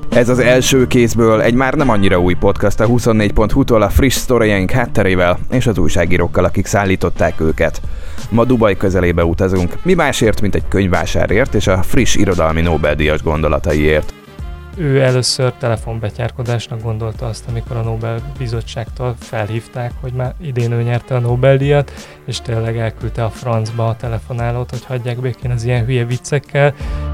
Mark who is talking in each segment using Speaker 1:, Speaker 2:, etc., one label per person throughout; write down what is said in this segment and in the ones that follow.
Speaker 1: Ez az első kézből egy már nem annyira új podcast a 24.hu-tól a friss sztoriaink hátterével és az újságírókkal, akik szállították őket. Ma Dubaj közelébe utazunk, mi másért, mint egy könyvvásárért és a friss irodalmi Nobel-díjas gondolataiért.
Speaker 2: Ő először telefonbetyárkodásnak gondolta azt, amikor a Nobel-bizottságtól felhívták, hogy már idén ő nyerte a Nobel-díjat, és tényleg elküldte a francba a telefonálót, hogy hagyják békén az ilyen hülye viccekkel.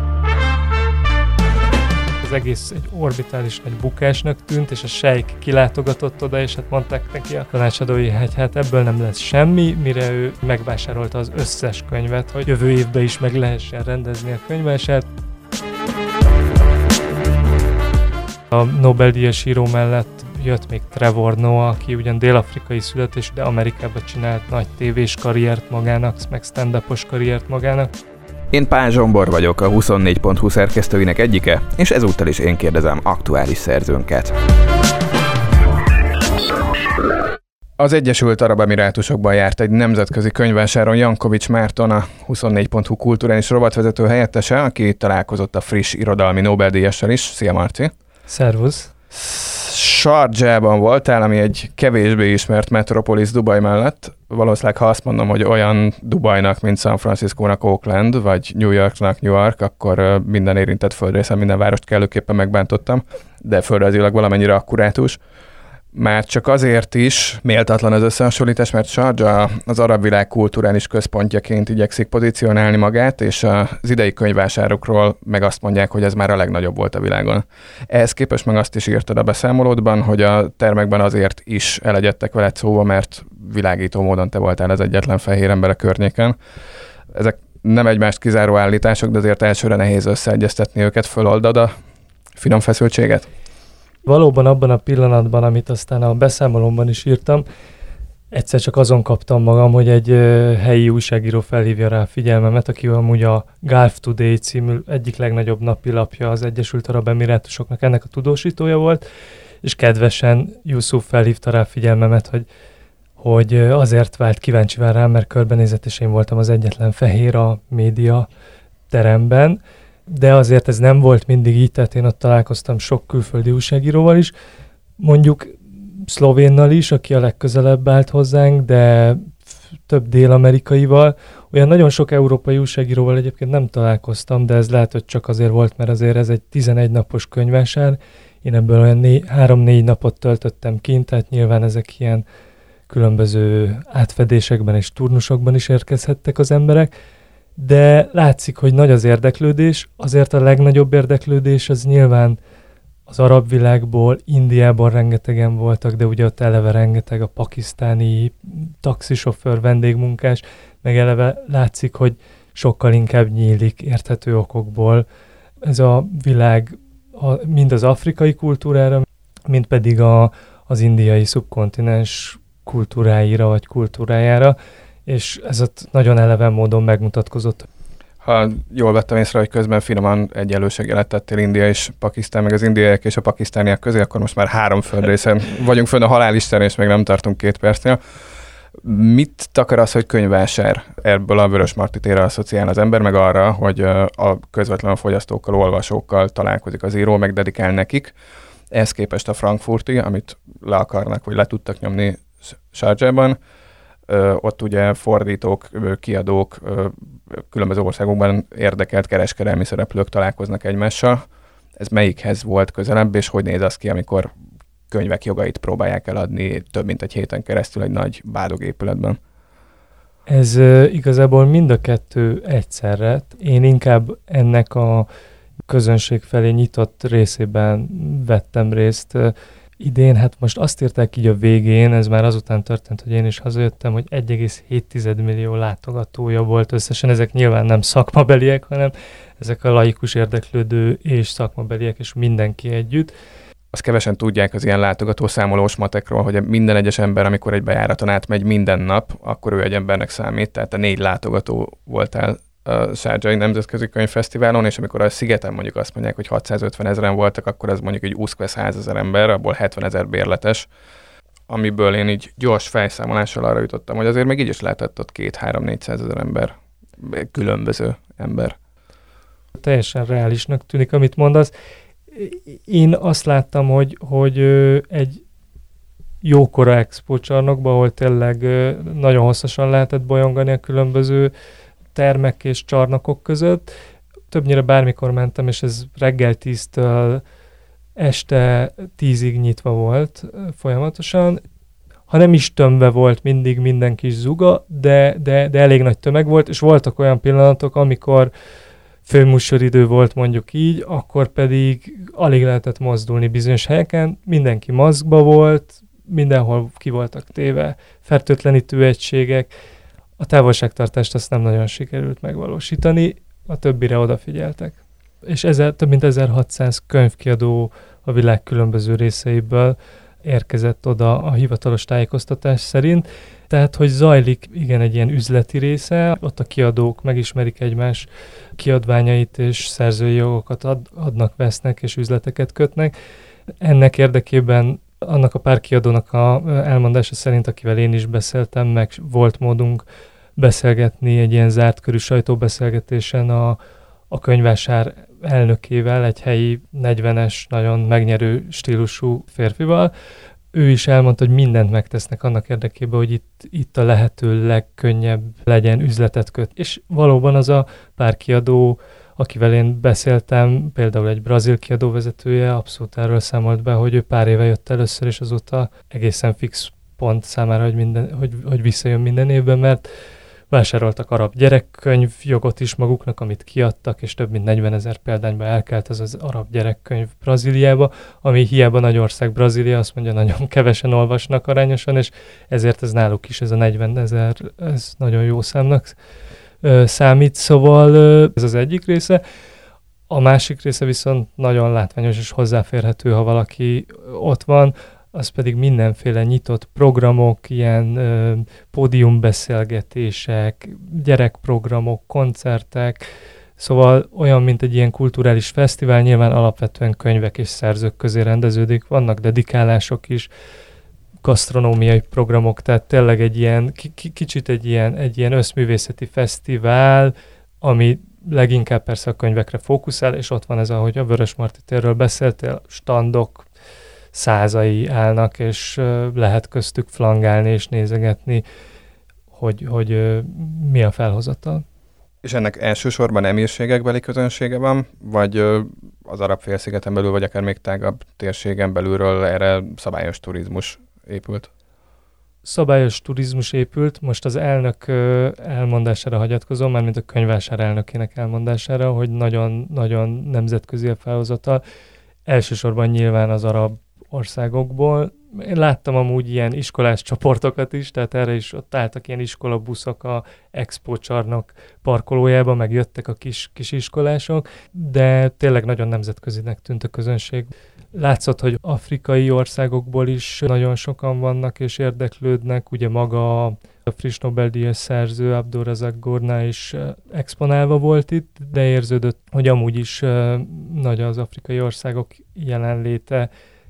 Speaker 2: Az egész egy orbitális nagy bukásnak tűnt, és a sejk kilátogatott oda, és hát mondták neki a tanácsadói, hogy hát ebből nem lesz semmi, mire ő megvásárolta az összes könyvet, hogy jövő évben is meg lehessen rendezni a könyvvásárt. A Nobel-díjas író mellett jött még Trevor Noah, aki ugyan dél-afrikai születésű, de Amerikában csinált nagy tévés karriert magának, meg stand-upos karriert magának.
Speaker 1: Én Pál Zsombor vagyok, a 24.hu szerkesztőinek egyike, és ezúttal is én kérdezem aktuális szerzőnket. Az Egyesült Arab Emirátusokban járt egy nemzetközi könyvvásáron Jankovics Márton, a 24.hu kulturális rovatvezető helyettese, aki találkozott a friss irodalmi Nobel-díjassal is. Szia, Marci!
Speaker 2: Szervusz!
Speaker 1: Sharjában voltál, ami egy kevésbé ismert metropolis Dubaj mellett. Valószínűleg, ha azt mondom, hogy olyan Dubajnak, mint San Franciscónak Oakland, vagy New Yorknak New York, akkor minden érintett földrészen, minden várost kellőképpen megbántottam, de földrajzilag valamennyire akkurátus. Már csak azért is méltatlan az összehasonlítás, mert Sharjah az arab világ kulturális központjaként igyekszik pozícionálni magát, és az idei könyvvásárokról meg azt mondják, hogy ez már a legnagyobb volt a világon. Ehhez képest meg azt is írtad a beszámolódban, hogy a termekben azért is elegyedtek veled szóba, mert világító módon te voltál az egyetlen fehér ember a környéken. Ezek nem egymást kizáró állítások, de azért elsőre nehéz összeegyeztetni őket, föloldad a finom feszültséget?
Speaker 2: Valóban abban a pillanatban, amit aztán a beszámolomban is írtam, egyszer csak azon kaptam magam, hogy egy helyi újságíró felhívja rá a figyelmemet, aki amúgy a Gulf Today című egyik legnagyobb napilapja az Egyesült Arab Emirátusoknak, ennek a tudósítója volt, és kedvesen Yusuf felhívta rá a figyelmemet, hogy azért vált kíváncsivá rám, mert körbenézett, és én voltam az egyetlen fehér a média teremben. De azért ez nem volt mindig így, tehát én ott találkoztam sok külföldi újságíróval is, mondjuk szlovénnal is, aki a legközelebb állt hozzánk, de több dél-amerikaival. Olyan nagyon sok európai újságíróval egyébként nem találkoztam, de ez lehet, hogy csak azért volt, mert azért ez egy 11 napos könyvvásár. Én ebből olyan 3-4 napot töltöttem kint, tehát nyilván ezek ilyen különböző átfedésekben és turnusokban is érkezhettek az emberek. De látszik, hogy nagy az érdeklődés, azért a legnagyobb érdeklődés az nyilván az arab világból, Indiában rengetegen voltak, de ugye ott eleve rengeteg a pakisztáni taxisofőr, vendégmunkás, meg eleve látszik, hogy sokkal inkább nyílik érthető okokból ez a világ mind az afrikai kultúrára, mind pedig az indiai szubkontinens kultúráira vagy kultúrájára, és ez ott nagyon eleven módon megmutatkozott.
Speaker 1: Ha jól vettem észre, hogy közben finoman egyenlőségjelet tettél India és Pakisztán, meg az indiaiak és a pakisztániak közé, akkor most már 3 földrészen vagyunk fönn a halálisten, és még nem tartunk 2 percnél. Mit takar az, hogy könyvvásár? Ebből a Vörösmarty térre asszociál az ember, meg arra, hogy a közvetlen fogyasztókkal, olvasókkal találkozik az író, meg dedikál nekik. Ehhez képest a frankfurti, amit le akarnak, vagy le tudtak nyomni Sharjahban, ott ugye fordítók, kiadók, különböző országokban érdekelt kereskedelmi szereplők találkoznak egymással. Ez melyikhez volt közelebb, és hogy néz az ki, amikor könyvek jogait próbálják eladni több mint egy héten keresztül egy nagy bádogépületben?
Speaker 2: Ez igazából mind a kettő egyszerre. Én inkább ennek a közönség felé nyitott részében vettem részt. Idén, hát most azt írták így a végén, ez már azután történt, hogy én is hazajöttem, hogy 1,7 millió látogatója volt összesen. Ezek nyilván nem szakmabeliek, hanem ezek a laikus érdeklődő és szakmabeliek, és mindenki együtt.
Speaker 1: Azt kevesen tudják az ilyen látogatószámolós matekról, hogy minden egyes ember, amikor egy bejáraton átmegy minden nap, akkor ő egy embernek számít, tehát a 4 látogató voltál a Sharjai Nemzetközi Könyvfesztiválon, és amikor a szigeten mondjuk azt mondják, hogy 650 000 voltak, akkor az mondjuk egy úszkve 100 000 ember, abból 70 000 bérletes, amiből én így gyors fejszámolással arra jutottam, hogy azért még így is lehetett ott 200-400 000 ember, különböző ember.
Speaker 2: Teljesen reálisnak tűnik, amit mondasz. Én azt láttam, hogy egy jókora expócsarnokban, ahol tényleg nagyon hosszasan lehetett bolyongani a különböző termek és csarnokok között. Többnyire bármikor mentem, és ez reggel 10-től este 10-ig nyitva volt folyamatosan. Ha nem is tömve volt mindig minden kis zuga, de elég nagy tömeg volt, és voltak olyan pillanatok, amikor főműsoridő volt mondjuk így, akkor pedig alig lehetett mozdulni bizonyos helyeken, mindenki maszkba volt, mindenhol ki voltak téve fertőtlenítő egységek, a távolságtartást azt nem nagyon sikerült megvalósítani, a többire odafigyeltek. És több mint 1600 könyvkiadó a világ különböző részeiből érkezett oda a hivatalos tájékoztatás szerint. Tehát, hogy zajlik igen egy ilyen üzleti része, ott a kiadók megismerik egymás kiadványait, és szerzői jogokat adnak, vesznek, és üzleteket kötnek. Ennek érdekében annak a pár kiadónak a elmondása szerint, akivel én is beszéltem, meg volt módunk beszélgetni egy ilyen zárt körű sajtóbeszélgetésen a könyvvásár elnökével, egy helyi 40-es, nagyon megnyerő stílusú férfival. Ő is elmondta, hogy mindent megtesznek annak érdekében, hogy itt a lehető legkönnyebb legyen üzletet köt. És valóban az a pár kiadó, akivel én beszéltem, például egy brazil kiadó vezetője, abszolút erről számolt be, hogy ő pár éve jött először, és azóta egészen fix pont számára, hogy visszajön minden évben, mert vásároltak arab gyerekkönyvjogot is maguknak, amit kiadtak, és több mint 40 000 példányba elkelt az arab gyerekkönyv Brazíliába, ami hiába nagy ország Brazília, azt mondja, nagyon kevesen olvasnak arányosan, és ezért ez náluk is, ez a 40 000, ez nagyon jó számnak számít, szóval ez az egyik része. A másik része viszont nagyon látványos és hozzáférhető, ha valaki ott van, az pedig mindenféle nyitott programok, ilyen pódiumbeszélgetések, gyerekprogramok, koncertek, szóval olyan, mint egy ilyen kulturális fesztivál, nyilván alapvetően könyvek és szerzők közé rendeződik, vannak dedikálások is, gasztronómiai programok, tehát tényleg egy ilyen, kicsit egy ilyen összművészeti fesztivál, ami leginkább persze a könyvekre fókuszál, és ott van ez, ahogy a Vörösmarty térről beszéltél, standok százai állnak, és lehet köztük flangálni és nézegetni, hogy mi a felhozatal.
Speaker 1: És ennek elsősorban emírségekbeli közönsége van, vagy az Arab-félszigeten belül, vagy akár még tágabb térségen belülről erre szabályos turizmus épült?
Speaker 2: Szabályos turizmus épült, most az elnök elmondására hagyatkozom, mármint a könyvvásár elnökének elmondására, hogy nagyon nemzetközi a felhozatal. Elsősorban nyilván az arab országokból. Én láttam amúgy ilyen iskolás csoportokat is, tehát erre is ott álltak ilyen iskolabuszok a Expo csarnok parkolójába, meg jöttek a kis iskolások, de tényleg nagyon nemzetközinek tűnt a közönség. Látszott, hogy afrikai országokból is nagyon sokan vannak és érdeklődnek, ugye maga a friss Nobel-díjas szerző Abdulrazak Gurnah is exponálva volt itt, de érződött, hogy amúgy is nagy az afrikai országok jelenléte.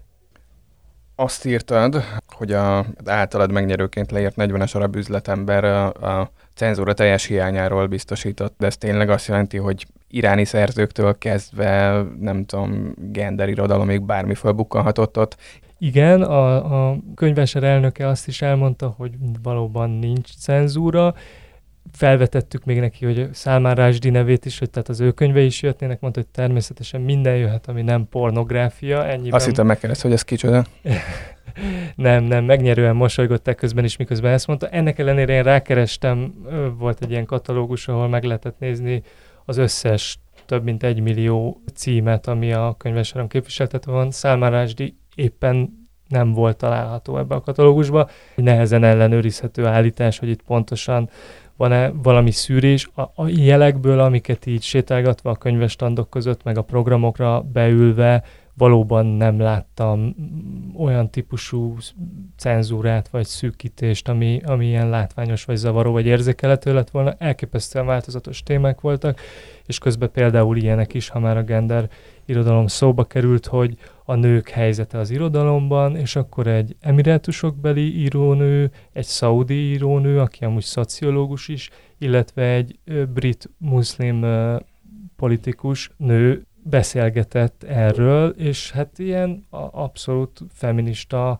Speaker 1: Azt írtad, hogy az általad megnyerőként leírt 40-es arab üzletember a cenzúra teljes hiányáról biztosított, de ez tényleg azt jelenti, hogy iráni szerzőktől kezdve, nem tudom, genderirodalomig bármi fölbukkanhatott ott.
Speaker 2: Igen, a könyvvásár elnöke azt is elmondta, hogy valóban nincs cenzúra. Felvetettük még neki, hogy Salman Rushdie nevét is, hogy tehát az ő könyve is jöhetnének, mondta, hogy természetesen minden jöhet, ami nem pornográfia. Ennyiben...
Speaker 1: Azt hittem megkérdez, hogy ez kicsoda.
Speaker 2: Nem, megnyerően mosolygották közben is, miközben ezt mondta. Ennek ellenére én rákerestem, volt egy ilyen katalógus, ahol meg lehetett nézni az összes több mint 1 millió címet, ami a könyvvásáron képviseltetve van. Salman Rushdie éppen nem volt található ebbe a katalógusba. Nehezen ellenőrizhető állítás, hogy itt pontosan van-e valami szűrés. A jelekből, amiket így sétálgatva a könyvestandok között, meg a programokra beülve, valóban nem láttam olyan típusú cenzúrát vagy szűkítést, ami ilyen látványos vagy zavaró vagy érzékelhető lett volna. Elképesztően változatos témák voltak, és közben például ilyenek is, ha már a gender irodalom szóba került, hogy a nők helyzete az irodalomban, és akkor egy emirátusokbeli írónő, egy szaudi írónő, aki amúgy szociológus is, illetve egy brit muszlim politikus nő beszélgetett erről, és hát ilyen abszolút feminista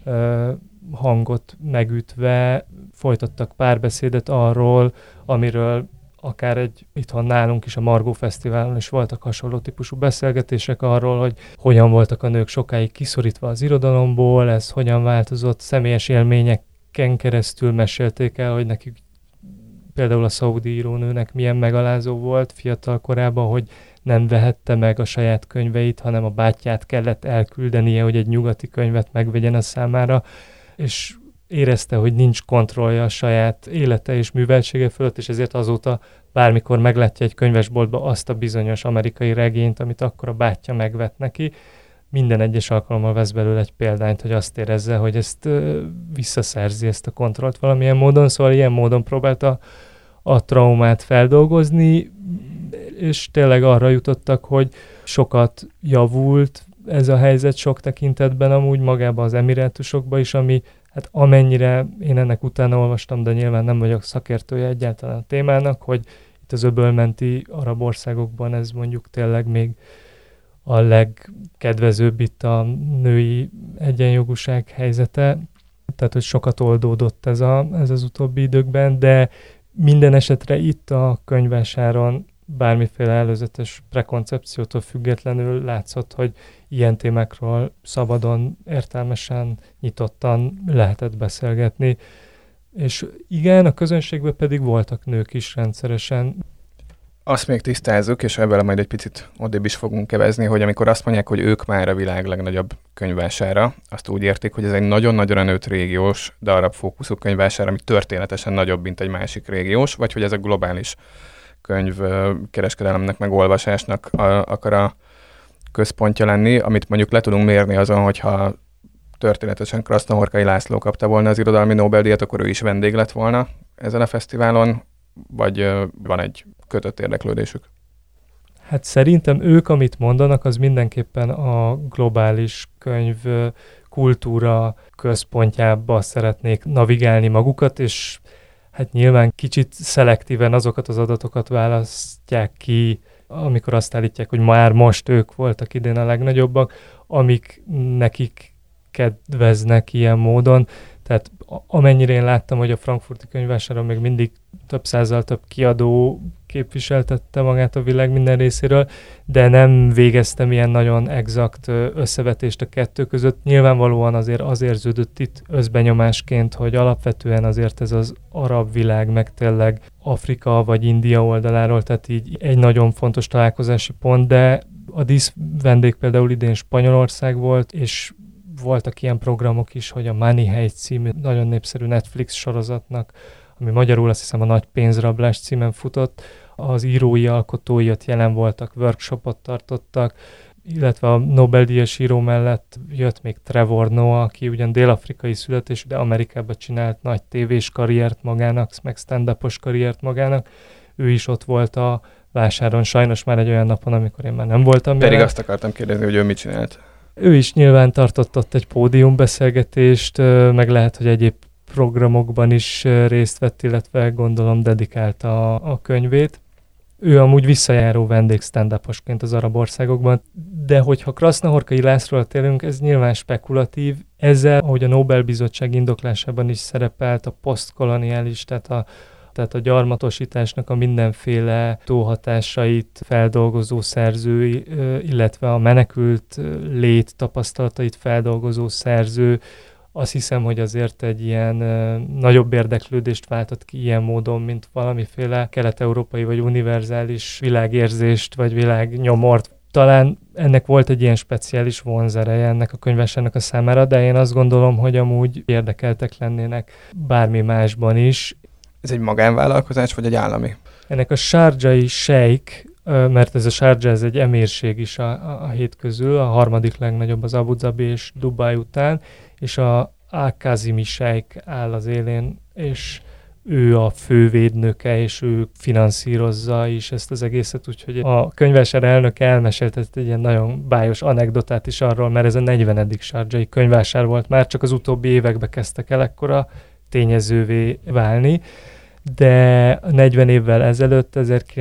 Speaker 2: hangot megütve folytattak párbeszédet arról, amiről akár itthon nálunk is a Margó Fesztiválon is voltak hasonló típusú beszélgetések arról, hogy hogyan voltak a nők sokáig kiszorítva az irodalomból, ez hogyan változott, személyes élményeken keresztül mesélték el, hogy nekik például a szaudi írónőnek milyen megalázó volt fiatal korában, hogy nem vehette meg a saját könyveit, hanem a bátyját kellett elküldenie, hogy egy nyugati könyvet megvegyen a számára, és érezte, hogy nincs kontrollja a saját élete és műveltsége fölött, és ezért azóta bármikor meglátja egy könyvesboltba azt a bizonyos amerikai regényt, amit akkor a bátyja megvett neki, minden egyes alkalommal vesz belőle egy példányt, hogy azt érezze, hogy ezt visszaszerzi, ezt a kontrollt valamilyen módon, szóval ilyen módon próbálta a traumát feldolgozni, és tényleg arra jutottak, hogy sokat javult ez a helyzet sok tekintetben amúgy magában az Emirátusokban is, ami hát amennyire én ennek utána olvastam, de nyilván nem vagyok szakértője egyáltalán a témának, hogy itt az öbölmenti arab országokban ez mondjuk tényleg még a legkedvezőbb itt a női egyenjogúság helyzete, tehát hogy sokat oldódott ez az utóbbi időkben, de minden esetre itt a könyvvásáron bármiféle előzetes prekoncepciótól függetlenül látszott, hogy ilyen témákról szabadon, értelmesen, nyitottan lehetett beszélgetni. És igen, a közönségben pedig voltak nők is rendszeresen.
Speaker 1: Azt még tisztázzuk, és ebből majd egy picit odébb is fogunk kevezni, hogy amikor azt mondják, hogy ők már a világ legnagyobb könyvvására, azt úgy értik, hogy ez egy nagyon-nagyon nőtt régiós, de arab fókuszú könyvvásár, ami történetesen nagyobb, mint egy másik régiós, vagy hogy ez a globális könyvkereskedelemnek, meg olvasásnak akar a központja lenni, amit mondjuk le tudunk mérni azon, hogyha történetesen Krasznahorkai László kapta volna az irodalmi Nobel-díjat, akkor ő is vendég lett volna ezen a fesztiválon, vagy van egy kötött érdeklődésük?
Speaker 2: Hát szerintem ők, amit mondanak, az mindenképpen a globális könyv kultúra központjába szeretnék navigálni magukat, és hát nyilván kicsit szelektíven azokat az adatokat választják ki, amikor azt állítják, hogy már most ők voltak idén a legnagyobbak, amik nekik kedveznek ilyen módon. Tehát amennyire én láttam, hogy a frankfurti könyvvásáron még mindig több százzal több kiadó képviseltette magát a világ minden részéről, de nem végeztem ilyen nagyon exakt összevetést a kettő között. Nyilvánvalóan az érződött itt összbenyomásként, hogy alapvetően azért ez az arab világ, meg tényleg Afrika vagy India oldaláról, tehát így egy nagyon fontos találkozási pont, de a dísz vendég például idén Spanyolország volt, és voltak ilyen programok is, hogy a Money Heist című nagyon népszerű Netflix sorozatnak, ami magyarul azt hiszem a Nagy pénzrablás címen futott, az írói, alkotói ott jelen voltak, workshopot tartottak, illetve a Nobel-díjas író mellett jött még Trevor Noah, aki ugyan dél-afrikai születésű, de Amerikában csinált nagy tévés karriert magának, meg stand-upos karriert magának. Ő is ott volt a vásáron, sajnos már egy olyan napon, amikor én már nem voltam.
Speaker 1: Pedig azt akartam kérdezni, hogy ő mit csinált.
Speaker 2: Ő is nyilván tartott ott egy pódiumbeszélgetést, meg lehet, hogy egyéb programokban is részt vett, illetve gondolom dedikálta a könyvét. Ő amúgy visszajáró vendég stand-uposként az arab országokban, de hogyha Krasznahorkai Lászlóról télünk, ez nyilván spekulatív. Ezzel, ahogy a Nobel-bizottság indoklásában is szerepelt, a posztkoloniális, tehát a gyarmatosításnak a mindenféle tóhatásait feldolgozó szerző, illetve a menekült lét tapasztalatait feldolgozó szerző, azt hiszem, hogy azért egy ilyen nagyobb érdeklődést váltott ki ilyen módon, mint valamiféle kelet-európai vagy univerzális világérzést vagy világnyomort. Talán ennek volt egy ilyen speciális vonzereje ennek a könyvvásárnak a számára, de én azt gondolom, hogy amúgy érdekeltek lennének bármi másban is.
Speaker 1: Ez egy magánvállalkozás, vagy egy állami?
Speaker 2: Ennek a sárdzsai sheik, mert ez a Sharjah, ez egy emírség is a hét közül, a harmadik legnagyobb az Abu Dhabi és Dubai után, és a Al-Kazimi sheik áll az élén, és ő a fővédnöke, és ő finanszírozza is ezt az egészet, úgyhogy a könyvvásár elnöke elmeséltett egy ilyen nagyon bájos anekdotát is arról, mert ez a 40. sharjai könyvvásár volt, már csak az utóbbi években kezdtek el ekkora tényezővé válni, de 40 évvel ezelőtt,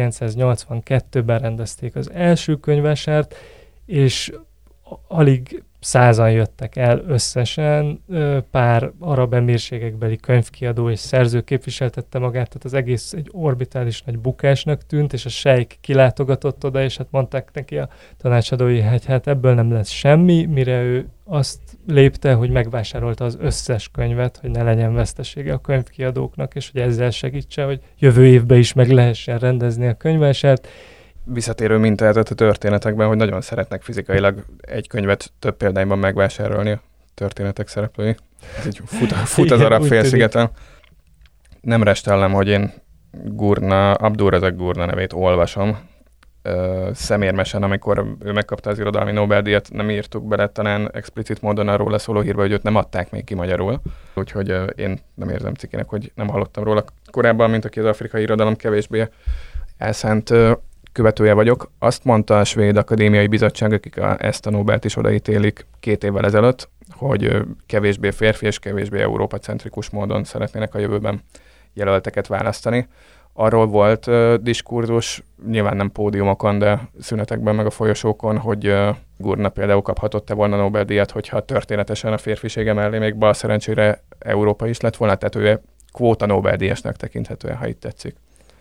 Speaker 2: 1982-ben rendezték az első könyvvásárt, és alig 100-an jöttek el összesen, pár arab emírségekbeli könyvkiadó és szerző képviseltette magát, tehát az egész egy orbitális nagy bukásnak tűnt, és a sejk kilátogatott oda, és hát mondták neki a tanácsadói, hogy hát ebből nem lesz semmi, mire ő azt lépte, hogy megvásárolta az összes könyvet, hogy ne legyen vesztesége a könyvkiadóknak, és hogy ezzel segítse, hogy jövő évben is meg lehessen rendezni a könyvvásárt.
Speaker 1: Visszatérő mintázat a történetekben, hogy nagyon szeretnek fizikailag egy könyvet több példányban megvásárolni a történetek szereplői. Ez így fut az arab félszigeten. Nem restellem, hogy én Abdul-Razak Gurna nevét olvasom. Szemérmesen, amikor ő megkapta az irodalmi Nobel-díjat, nem írtuk bele talán explicit módon arról róla szóló hírbe, hogy őt nem adták még ki magyarul. Úgyhogy én nem érzem cikének, hogy nem hallottam róla korábban, mint aki az afrikai irodalom kevésbé elszánt követője vagyok. Azt mondta a Svéd Akadémiai Bizottság, akik ezt a Nobelt is odaítélik 2 évvel ezelőtt, hogy kevésbé férfi és kevésbé Európa-centrikus módon szeretnének a jövőben jelölteket választani. Arról volt diskurzus, nyilván nem pódiumokon, de szünetekben meg a folyosókon, hogy Gurna például kaphatott-e volna Nobel-díjat, hogyha történetesen a férfisége mellé még bal szerencsére Európa is lett volna, tehát ő kvóta Nobel-díjasnak tekinthetően, ha itt tetszik.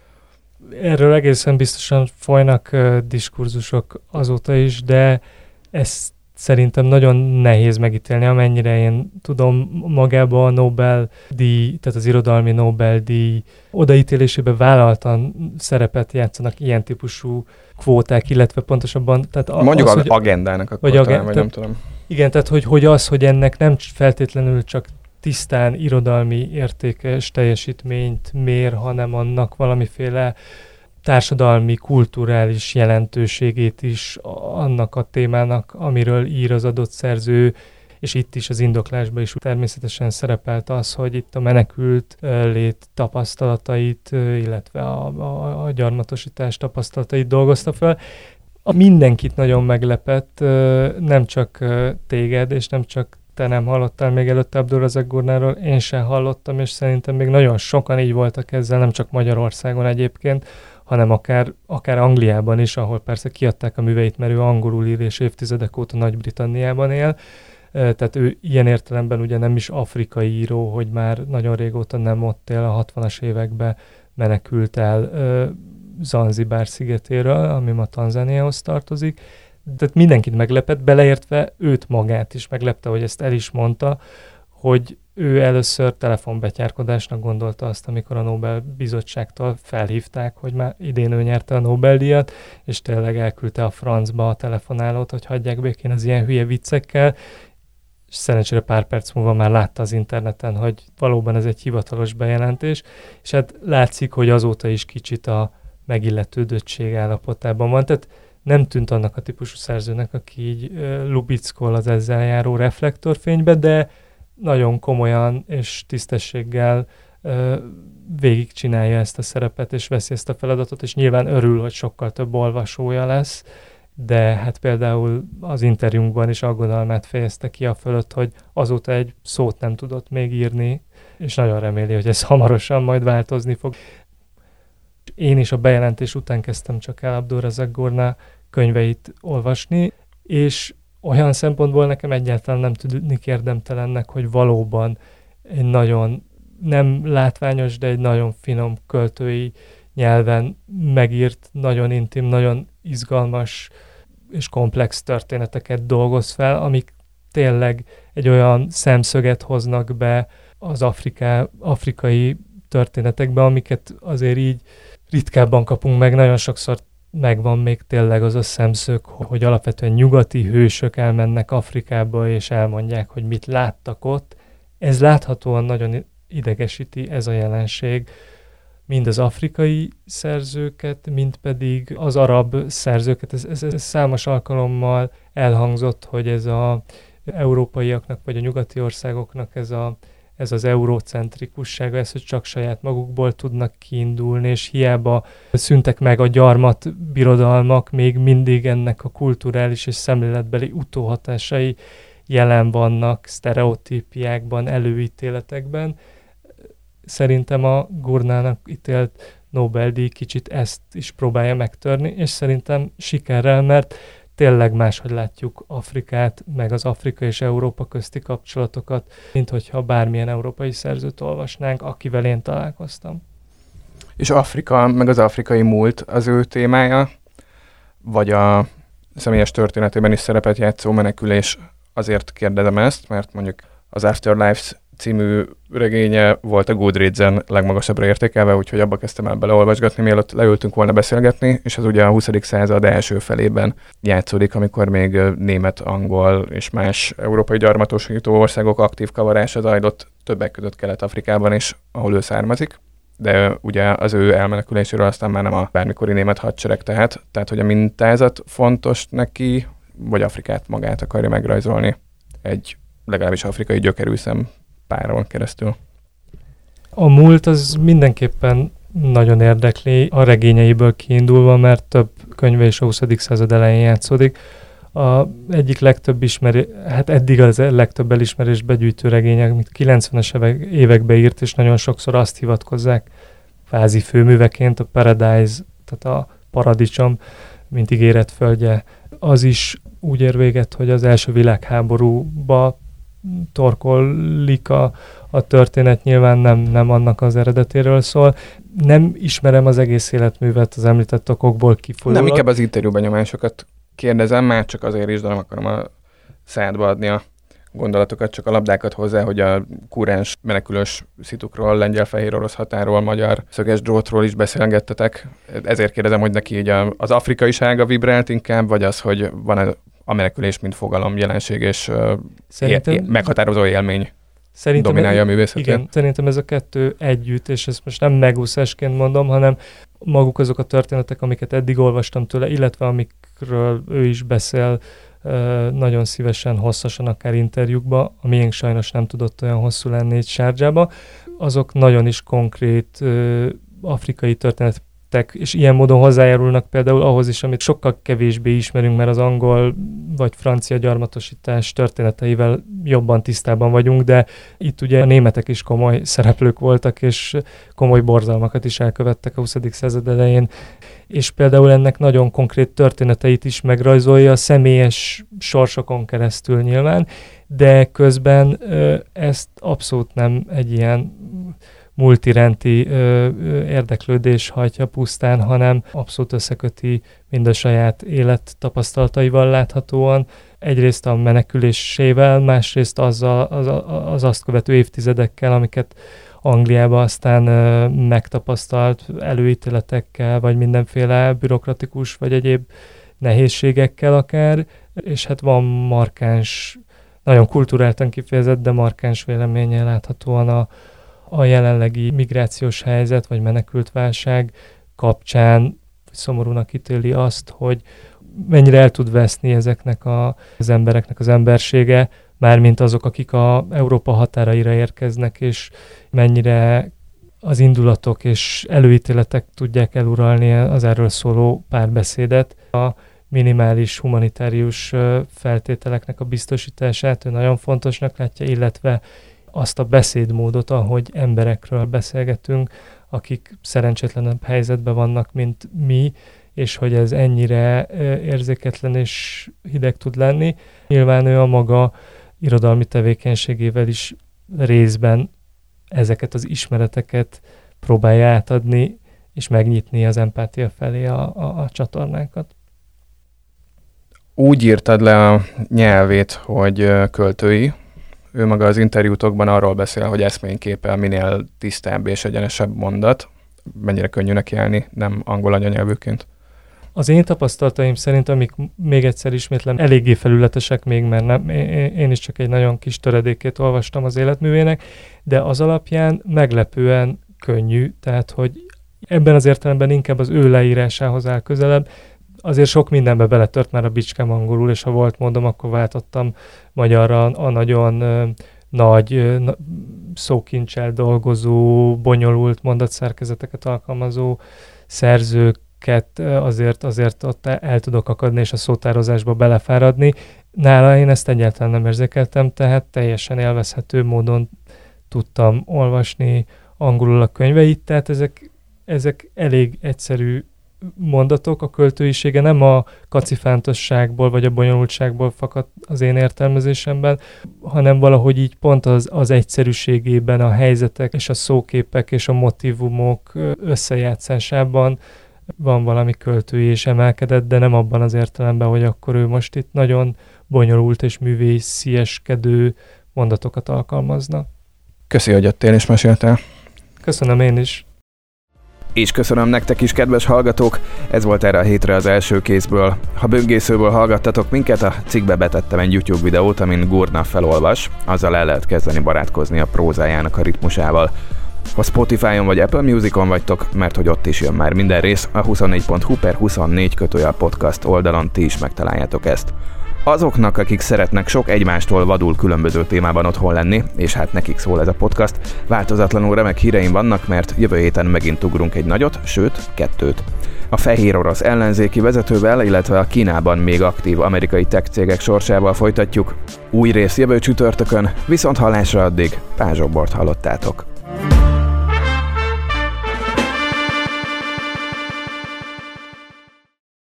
Speaker 2: Erről egészen biztosan folynak diskurzusok azóta is, de ezt szerintem nagyon nehéz megítélni, amennyire én tudom, magában a Nobel-díj, tehát az irodalmi Nobel-díj odaítélésében vállaltan szerepet játszanak ilyen típusú kvóták, illetve pontosabban... Tehát
Speaker 1: mondjuk
Speaker 2: az,
Speaker 1: az agendának akkor talán, vagy nem tudom.
Speaker 2: Igen, tehát hogy ennek nem feltétlenül csak tisztán irodalmi értékes teljesítményt mér, hanem annak valamiféle társadalmi, kulturális jelentőségét is annak a témának, amiről ír az adott szerző, és itt is az indoklásban is természetesen szerepelt az, hogy itt a menekült lét tapasztalatait, illetve a gyarmatosítás tapasztalatait dolgozta fel. Mindenkit nagyon meglepett, nem csak téged, és nem csak te nem hallottál még előtte Abdul-Razak Gurnáról, én sem hallottam, és szerintem még nagyon sokan így voltak ezzel, nem csak Magyarországon egyébként, hanem akár Angliában is, ahol persze kiadták a műveit, mert ő angolul ír, és évtizedek óta Nagy-Britanniában él. Tehát ő ilyen értelemben ugye nem is afrikai író, hogy már nagyon régóta nem ott él, a 60-as években menekült el Zanzibár szigetéről, ami ma Tanzániához tartozik. Tehát mindenkit meglepett, beleértve őt magát is meglepte, hogy ezt el is mondta, hogy ő először telefonbetyárkodásnak gondolta azt, amikor a Nobel-bizottságtól felhívták, hogy már idén ő nyerte a Nobel-díjat, és tényleg elküldte a francba a telefonálót, hogy hagyják békén az ilyen hülye viccekkel, és szerencsére pár perc múlva már látta az interneten, hogy valóban ez egy hivatalos bejelentés, és hát látszik, hogy azóta is kicsit a megilletődöttség állapotában van, tehát nem tűnt annak a típusú szerzőnek, aki így lubickol az ezzel járó reflektorfénybe, de nagyon komolyan és tisztességgel végigcsinálja ezt a szerepet, és veszi ezt a feladatot, és nyilván örül, hogy sokkal több olvasója lesz, de hát például az interjúnkban is aggodalmát fejezte ki a fölött, hogy azóta egy szót nem tudott még írni, és nagyon reméli, hogy ez hamarosan majd változni fog. Én is a bejelentés után kezdtem csak el Abdul-Razak Gurna könyveit olvasni, és olyan szempontból nekem egyáltalán nem tűnik érdemtelennek, hogy valóban egy nagyon nem látványos, de egy nagyon finom költői nyelven megírt, nagyon intim, nagyon izgalmas és komplex történeteket dolgoz fel, amik tényleg egy olyan szemszöget hoznak be az afrikai történetekbe, amiket azért így ritkábban kapunk meg, nagyon sokszor megvan még tényleg az a szemszög, hogy alapvetően nyugati hősök elmennek Afrikába, és elmondják, hogy mit láttak ott. Ez láthatóan nagyon idegesíti ez a jelenség, mind az afrikai szerzőket, mind pedig az arab szerzőket. Ez számos alkalommal elhangzott, hogy ez az európaiaknak, vagy a nyugati országoknak ez az eurocentrikussága, ez, hogy csak saját magukból tudnak kiindulni, és hiába szüntek meg a gyarmat birodalmak, még mindig ennek a kulturális és szemléletbeli utóhatásai jelen vannak sztereotípiákban, előítéletekben. szerintem a Gurnának ítélt Nobel-díj kicsit ezt is próbálja megtörni, és szerintem sikerrel, mert tényleg máshogy látjuk Afrikát, meg az Afrika és Európa közti kapcsolatokat, mint hogyha bármilyen európai szerzőt olvasnánk, akivel én találkoztam.
Speaker 1: És Afrika, meg az afrikai múlt az ő témája, vagy a személyes történetében is szerepet játszó menekülés? Azért kérdezem ezt, mert mondjuk az Afterlives című regénye volt a Goodreads-en legmagasabbra értékelve, úgyhogy abba kezdtem el beleolvasgatni, mielőtt leültünk volna beszélgetni, és az ugye a 20. század első felében játszódik, amikor még német, angol és más európai gyarmatosító országok aktív kavarása zajlott többek között Kelet-Afrikában is, ahol ő származik. De ugye az ő elmeneküléséről aztán már nem a bármikori német hadsereg tehát hogy a mintázat fontos neki, vagy Afrikát magát akarja megrajzolni egy legalábbis afrikai gyökerű szempáron keresztül.
Speaker 2: A múlt az mindenképpen nagyon érdekli a regényeiből kiindulva, mert több könyve is a 20. század elején játszódik. Egyik legtöbb eddig az legtöbb elismerést begyűjtő regények, amit 90-es években írt, és nagyon sokszor azt hivatkozzák kvázi főműveként, a Paradise, tehát a paradicsom, mint ígéretföldje. Az is úgy ér véget, hogy az első világháborúba torkollik a történet, nyilván nem annak az eredetéről szól. Nem ismerem az egész életművet az említett okokból kifolyólag.
Speaker 1: Nem, inkább az interjúbenyomásokat kérdezem, már csak azért is, de nem akarom a szádba adni a gondolatokat, csak a labdákat hozzá, hogy a kúrens menekülős szitukról, lengyel-fehér-orosz határól, magyar szöges drótról is beszélgettetek. Ezért kérdezem, hogy neki így az afrikaisága vibrált inkább, vagy az, hogy van a menekülés, mint fogalom, jelenség és meghatározó élmény dominálja a művészetét.
Speaker 2: Igen, szerintem ez a kettő együtt, és ezt most nem megúszásként mondom, hanem maguk azok a történetek, amiket eddig olvastam tőle, illetve amikről ő is beszél, nagyon szívesen, hosszasan, akár interjúkba, a miénk sajnos nem tudott olyan hosszú lenni itt Sharjahba, azok nagyon is konkrét afrikai történetek, és ilyen módon hozzájárulnak például ahhoz is, amit sokkal kevésbé ismerünk, mert az angol vagy francia gyarmatosítás történeteivel jobban tisztában vagyunk, de itt ugye a németek is komoly szereplők voltak, és komoly borzalmakat is elkövettek a 20. század elején, és például ennek nagyon konkrét történeteit is megrajzolja a személyes sorsokon keresztül nyilván, de közben ezt abszolút nem egy ilyen multirenti érdeklődés hajtja pusztán, hanem abszolút összeköti mind a saját élettapasztalataival láthatóan. Egyrészt a menekülésével, másrészt az azt követő évtizedekkel, amiket Angliában aztán megtapasztalt előítéletekkel, vagy mindenféle bürokratikus, vagy egyéb nehézségekkel akár, és hát van markáns, nagyon kulturáltan kifejezett, de markáns véleménye láthatóan a jelenlegi migrációs helyzet, vagy menekültválság kapcsán szomorúnak ítéli azt, hogy mennyire el tud veszni ezeknek az embereknek az embersége, mármint azok, akik a Európa határaira érkeznek, és mennyire az indulatok és előítéletek tudják eluralni az erről szóló párbeszédet. A minimális humanitárius feltételeknek a biztosítását ő nagyon fontosnak látja, illetve azt a beszédmódot, ahogy emberekről beszélgetünk, akik szerencsétlenebb helyzetben vannak, mint mi, és hogy ez ennyire érzéketlen és hideg tud lenni. Nyilván ő a maga irodalmi tevékenységével is részben ezeket az ismereteket próbálja átadni, és megnyitni az empátia felé a csatornákat.
Speaker 1: Úgy írtad le a nyelvét, hogy költői. Ő maga az interjútokban arról beszél, hogy eszményképpel minél tisztább és egyenesebb mondat. Mennyire könnyű neki állni, nem angol anyanyelvűként?
Speaker 2: Az én tapasztalataim szerint, amik még egyszer ismétlem, eléggé felületesek még, mert nem, én is csak egy nagyon kis töredékét olvastam az életművének, de az alapján meglepően könnyű, tehát hogy ebben az értelemben inkább az ő leírásához áll közelebb. Azért sok mindenbe beletört már a bicskám angolul, és ha volt módom, akkor váltottam magyarra a nagyon nagy szókincsel dolgozó, bonyolult mondatszerkezeteket alkalmazó szerzőket azért ott el tudok akadni, és a szótározásba belefáradni. Nála én ezt egyáltalán nem érzékeltem, tehát teljesen élvezhető módon tudtam olvasni angolul a könyveit, tehát ezek elég egyszerű mondatok, a költőisége nem a kacifántosságból vagy a bonyolultságból fakad az én értelmezésemben, hanem valahogy így pont az egyszerűségében, a helyzetek és a szóképek és a motívumok összejátszásában van valami költői és emelkedett, de nem abban az értelemben, hogy akkor ő most itt nagyon bonyolult és művészieskedő mondatokat alkalmazna.
Speaker 1: Köszi, hogy jöttél és meséltél.
Speaker 2: Köszönöm én is.
Speaker 1: És köszönöm nektek is, kedves hallgatók! Ez volt erre a hétre az első kézből. Ha böngészőből hallgattatok minket, a cikkbe betettem egy YouTube videót, amin Gurna felolvas, azzal el lehet kezdeni barátkozni a prózájának a ritmusával. Ha Spotify-on vagy Apple Musicon vagytok, mert hogy ott is jön már minden rész, a 24.hu/24-podcast oldalon ti is megtaláljátok ezt. Azoknak, akik szeretnek sok egymástól vadul különböző témában otthon lenni, és hát nekik szól ez a podcast, változatlanul remek híreim vannak, mert jövő héten megint ugrunk egy nagyot, sőt, 2. A fehér orosz ellenzéki vezetővel, illetve a Kínában még aktív amerikai tech cégek sorsával folytatjuk. Új rész jövő csütörtökön, viszont hallásra addig Pázsobbort hallottátok.